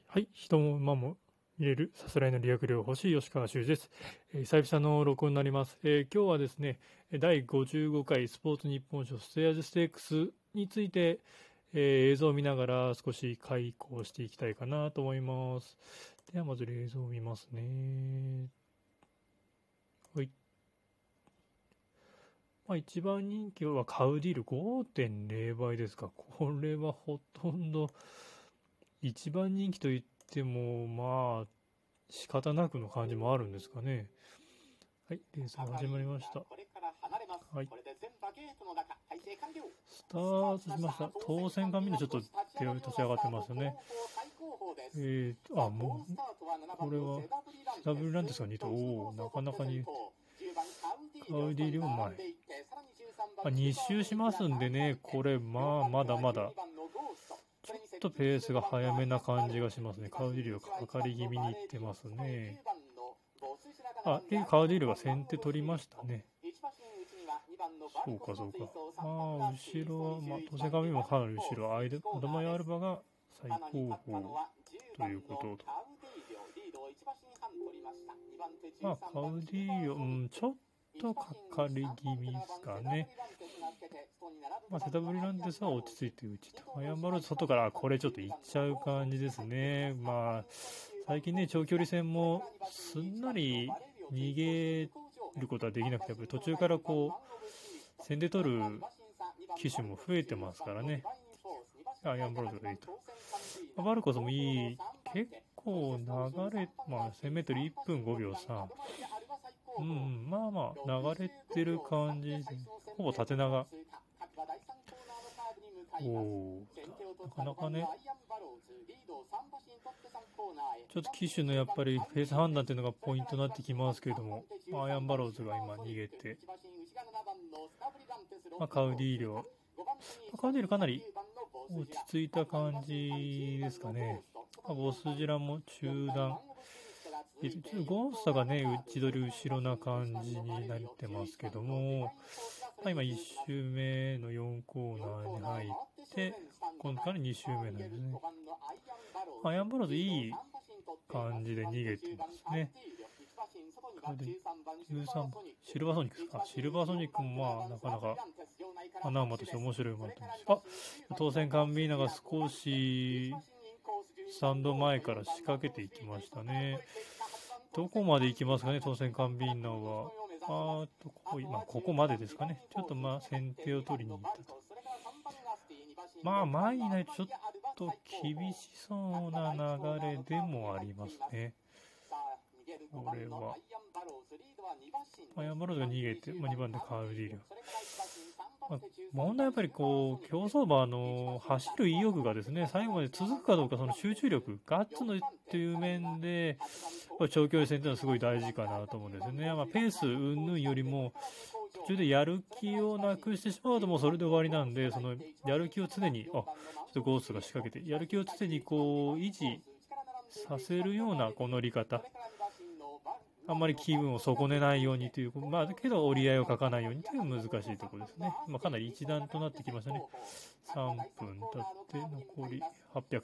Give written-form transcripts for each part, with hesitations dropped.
はい、人も馬も見れるさすらいの理学療法士吉川修司です。久々の録音になります。今日はですね、第55回スポーツ日本賞ステアーズステークスについて、映像を見ながら少し開講していきたいかなと思います。ではまず映像を見ますね。はい。一番人気はカウディール 5.0 倍ですか。これはほとんど一番人気と言っても仕方なくの感じもあるんですかね。はい、レースが始まりました。はい、スタートしました。当選がみんなちょっと手を立ち上がってますね。もうこれはダブルなんですか、2頭。なかなかにカウディ両前2周しますんでね、これまだまだちょっとペースが速めな感じがしますね。カウディ両かかり気味にいってますね。カウディルが先手取りましたね。そうか。後ろは、当選紙もかなり後ろ、アドマイアルバが最高峰ということと。カウディオ、ちょっとかかり気味ですかね。セタブリランデスは落ち着いて打ちと。アヤンバローズ外からこれちょっといっちゃう感じですね。最近ね、長距離戦もすんなり逃げることはできなくて、やっぱり途中から先で取る機種も増えてますからね。アイアンバローズがいいと。バルコスもいい。結構流れ、1000メートル1分5秒3。流れてる感じですね。ほぼ縦長。なかなかね、ちょっと機種のやっぱりペース判断っていうのがポイントになってきますけれども、アイアンバローズが今逃げて、カウディーリョ、カウディーリョかなり落ち着いた感じですかね。ボスジラも中段。ゴースタがね、打ち取り後ろな感じになってますけども、今1周目の4コーナーに入って、今度から2周目なんですね。アイアンバローズいい感じで逃げてますね。これで13番、シルバーソニックか。シルバーソニックもなかなか穴馬として面白い馬と思います。当選カンビーナが少しスタンド前から仕掛けていきましたね。どこまで行きますかね、当選カンビーナは。ここまでですかね。ちょっと先手を取りに行ったと。前にないとちょっと厳しそうな流れでもありますね。これは。アイアンバローズが逃げて、2番でカウディーリョ。問題はやっぱり競走馬の走る意欲がですね、最後まで続くかどうか、その集中力、ガッツのっていう面で、長距離戦というのはすごい大事かなと思うんですよね。ペース云々よりも、途中でやる気をなくしてしまうともうそれで終わりなんで、そのやる気を常に、ちょっとゴーストが仕掛けて、やる気を常に維持させるような乗り方。あんまり気分を損ねないようにという、けど折り合いを書かないようにという難しいところですね。かなり一段となってきましたね。3分経って残り800。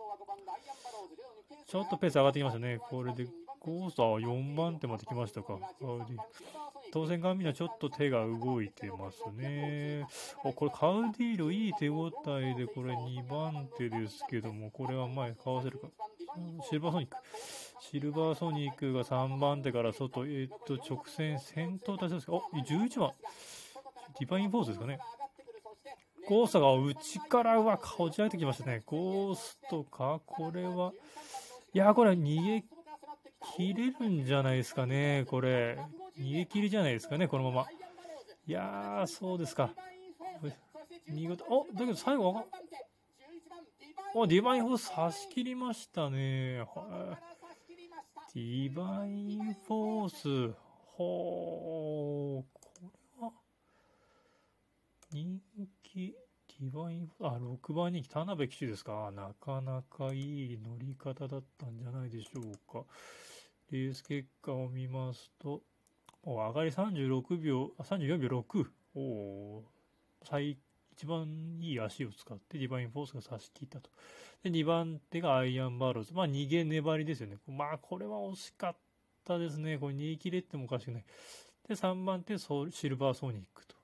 ちょっとペース上がってきましたね。これでゴーストは4番手まで来ましたか。当選ガンビーナちょっと手が動いてますね。これカウディールいい手応えで、これ2番手ですけども、これは前かわせるか。シルバーソニック。シルバーソニックが3番手から外、直線先頭立ちですか。11番。ディバインフォースですかね。ゴーストが内からこじ開いてきましたね。ゴーストか、これは。これは逃げ切れるんじゃないですかね。これ。逃げ切りじゃないですかね、このまま。そうですか。見事。だけど最後ディバインフォース差し切りましたね。ディバインフォース。これは、人気、ディバイン、6番人気、田辺騎手ですか。なかなかいい乗り方だったんじゃないでしょうか。レース結果を見ますと、上がり34秒6。一一番いい足を使ってディバインフォースが差し切ったと。で、2番手がアイアンバローズ。逃げ粘りですよね。これは惜しかったですね。これ逃げ切れってもおかしくない。で、3番手シルバーソニックと。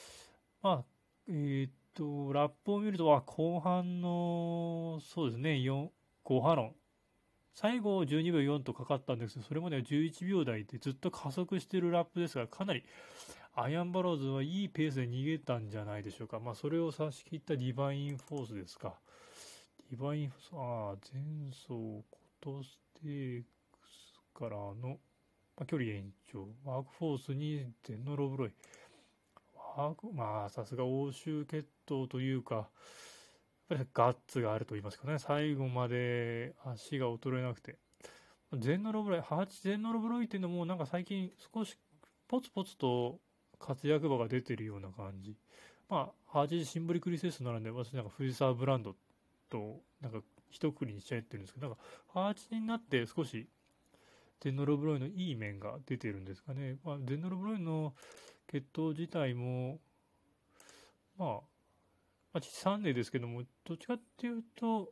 ラップを見ると、後半の、そうですね、5ハロン。最後12秒4とかかったんですけど、それまでは11秒台でずっと加速しているラップですが、かなりアイアンバローズはいいペースで逃げたんじゃないでしょうか。それを差し切ったディバインフォースですか。ディバインフォース、前走コトステークスからの、距離延長、ワークフォースにゼノロブロイ。さすが欧州決闘というか、やっぱりガッツがあると言いますかね、最後まで足が衰えなくて。ゼノロブロイっていうのもなんか最近少しポツポツと活躍馬が出てるような感じ。8シンボリクリセスなので、私なんか藤沢ブランドとなんか一括りにしちゃってるんですけど、なんか8になって少しゼノロブロイのいい面が出てるんですかね。ゼノロブロイの血統自体も、3年ですけども、どっちかっていうと、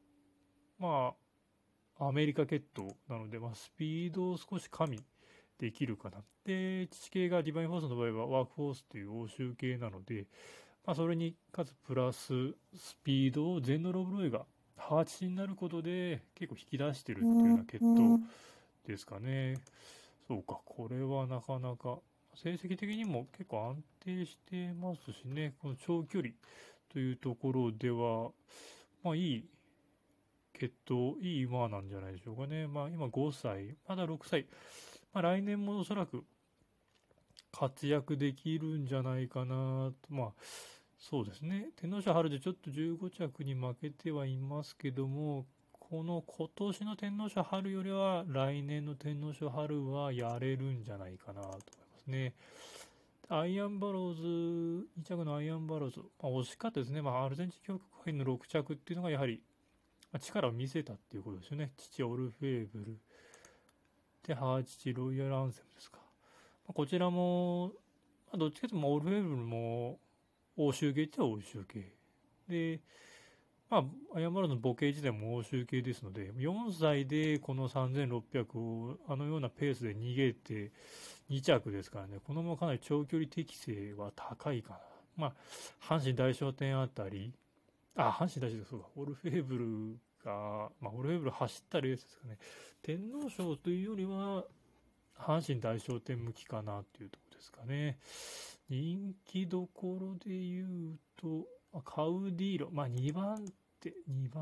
アメリカ血統なので、スピードを少し加味できるかな。で、父系がディバインフォースの場合はワークフォースという欧州系なので、それにかつプラススピードをゼノロブロイが8になることで結構引き出してるっていうような血統ですかね。そうか、これはなかなか成績的にも結構安定してますしね、この長距離というところでは、いい血統、いい馬なんじゃないでしょうかね。今5歳、まだ6歳。来年もおそらく活躍できるんじゃないかなと。そうですね。天皇賞春でちょっと15着に負けてはいますけども、今年の天皇賞春よりは来年の天皇賞春はやれるんじゃないかなと思いますね。アイアンバローズ、2着のアイアンバローズ、惜しかったですね。アルゼンチン教区杯の6着っていうのがやはり力を見せたっていうことですよね。父オルフェーブルで母父ロイヤルアンセムですか。こちらもどっちかというとオルフェーブルも欧州系って欧州系で、アイアンバローズの母系自体も欧州系ですので、4歳でこの3600をあのようなペースで逃げて2着ですからね、このままかなり長距離適性は高いかな。阪神大賞典あたり、阪神大賞そうか、オルフェーブルが、オルフェーブル走ったレースですかね。天皇賞というよりは、阪神大賞典向きかなというところですかね。人気どころで言うと、カウディーロ、2番手、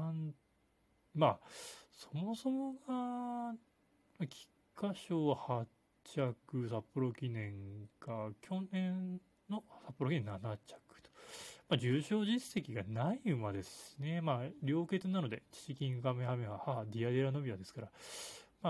そもそもが、菊花賞8着、札幌記念が、去年の札幌記念7着と。重賞実績がない馬ですしね。両血なので、父キングカメハメハ、母ディアデラノビアですから、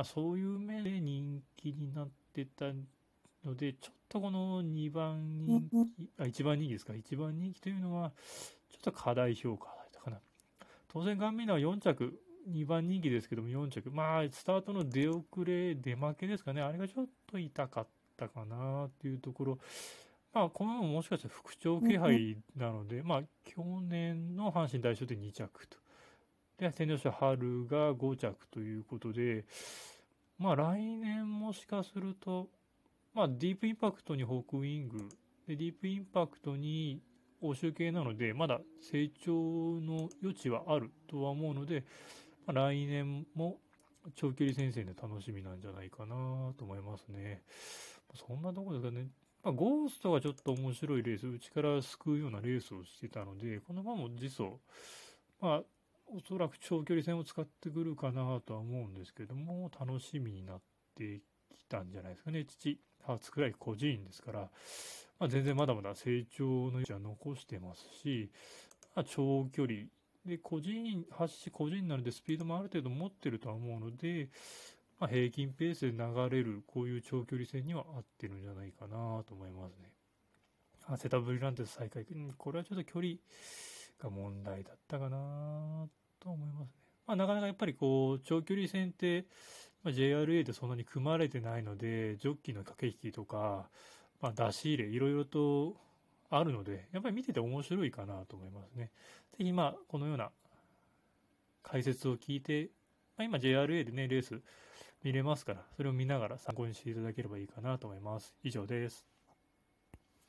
そういう面で人気になってたので、ちょっとこの2番人気、1番人気ですか、1番人気というのは、ちょっと過大評価だったかな。当然、ガンミーナは4着、2番人気ですけども4着。スタートの出遅れ、出負けですかね。あれがちょっと痛かったかなっていうところ。このもしかしたら復調気配なので、去年の阪神大賞で2着と。で、天皇賞春が5着ということで、来年もしかすると、ディープインパクトにホークウィング、で、ディープインパクトに欧州系なので、まだ成長の余地はあるとは思うので、来年も長距離戦線で楽しみなんじゃないかなと思いますね。そんなところですかね。ゴーストがちょっと面白いレース、内から救うようなレースをしてたので、この馬も実装、おそらく長距離戦を使ってくるかなとは思うんですけども、楽しみになってきたんじゃないですかね。父、初くらい個人ですから、全然まだまだ成長の余地は残してますし、長距離で個人なのでスピードもある程度持ってるとは思うので、平均ペースで流れるこういう長距離戦には合ってるんじゃないかなと思いますね。セタブリランテス再開、これはちょっと距離が問題だったかなと思いますね。なかなかやっぱりこう長距離戦って、JRA でそんなに組まれてないので、ジョッキーの駆け引きとか、出し入れいろいろとあるので、やっぱり見てて面白いかなと思いますね。ぜひこのような解説を聞いて、今 JRA でね、レース見れますから、それを見ながら参考にしていただければいいかなと思います。以上です。